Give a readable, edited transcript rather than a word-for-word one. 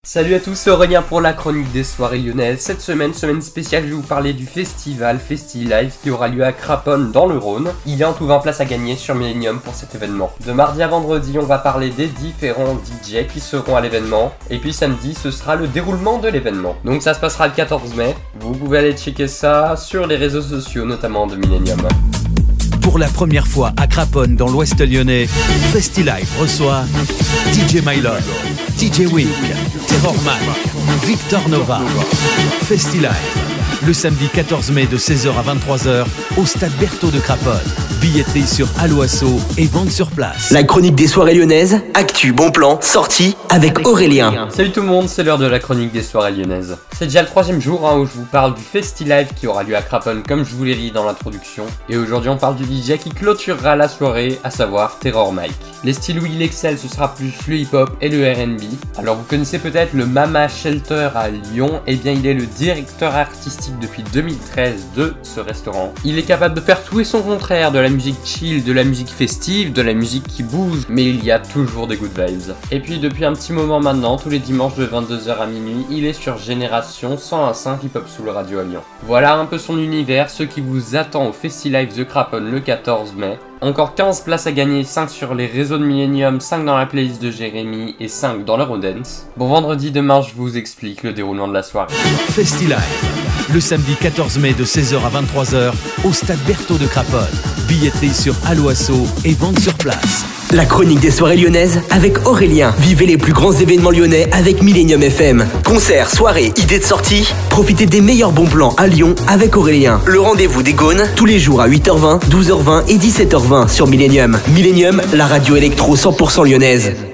Salut à tous, c'est Aurélien pour la chronique des soirées lyonnaises. Cette semaine spéciale, je vais vous parler du festival FestiLive qui aura lieu à Craponne dans le Rhône. Il y a en tout 20 places à gagner sur Millennium pour cet événement. De mardi à vendredi, on va parler des différents DJ qui seront à l'événement. Et puis samedi, ce sera le déroulement de l'événement. Donc ça se passera le 14 mai. Vous pouvez aller checker ça sur les réseaux sociaux, notamment de Millennium. Pour la première fois à Craponne dans l'Ouest lyonnais, FestiLive reçoit DJ Mylord, DJ Week, Terror Mike, Victor Nova. FestiLive, le samedi 14 mai de 16h à 23h au stade Berthaud de Craponne. Billetterie sur Aloasso et vente sur place. La chronique des soirées lyonnaises, actu, bon plan, sortie avec Aurélien. Salut tout le monde, c'est l'heure de la chronique des soirées lyonnaises. C'est déjà le 3e jour où je vous parle du FestiLive qui aura lieu à Craponne comme je vous l'ai dit dans l'introduction. Et aujourd'hui on parle du DJ qui clôturera la soirée, à savoir Terror Mike. Les styles où il excelle, ce sera plus le hip-hop et le R&B. Alors vous connaissez peut-être le Mama Shelter à Lyon, et bien il est le directeur artistique depuis 2013 de ce restaurant. Il est capable de faire tout et son contraire, de la musique chill, de la musique festive, de la musique qui bouge, mais il y a toujours des good vibes. Et puis depuis un petit moment maintenant, tous les dimanches de 22h à minuit, il est sur Génération 101.5 Hip Hop Soul Radio à Lyon. Voilà un peu son univers, ce qui vous attend au FestiLive The Craponne le 14 mai. Encore 15 places à gagner, 5 sur les réseaux de Millennium, 5 dans la playlist de Jérémy et 5 dans l'Eurodance. Bon, vendredi demain, je vous explique le déroulement de la soirée. FestiLive, le samedi 14 mai de 16h à 23h au stade Berthaud de Craponne. Billetterie sur Aloasso et vente sur place. La chronique des soirées lyonnaises avec Aurélien. Vivez les plus grands événements lyonnais avec Millennium FM. Concerts, soirées, idées de sortie. Profitez des meilleurs bons plans à Lyon avec Aurélien. Le rendez-vous des Gaunes, tous les jours à 8h20, 12h20 et 17h20 sur Millennium. Millennium, la radio électro 100% lyonnaise.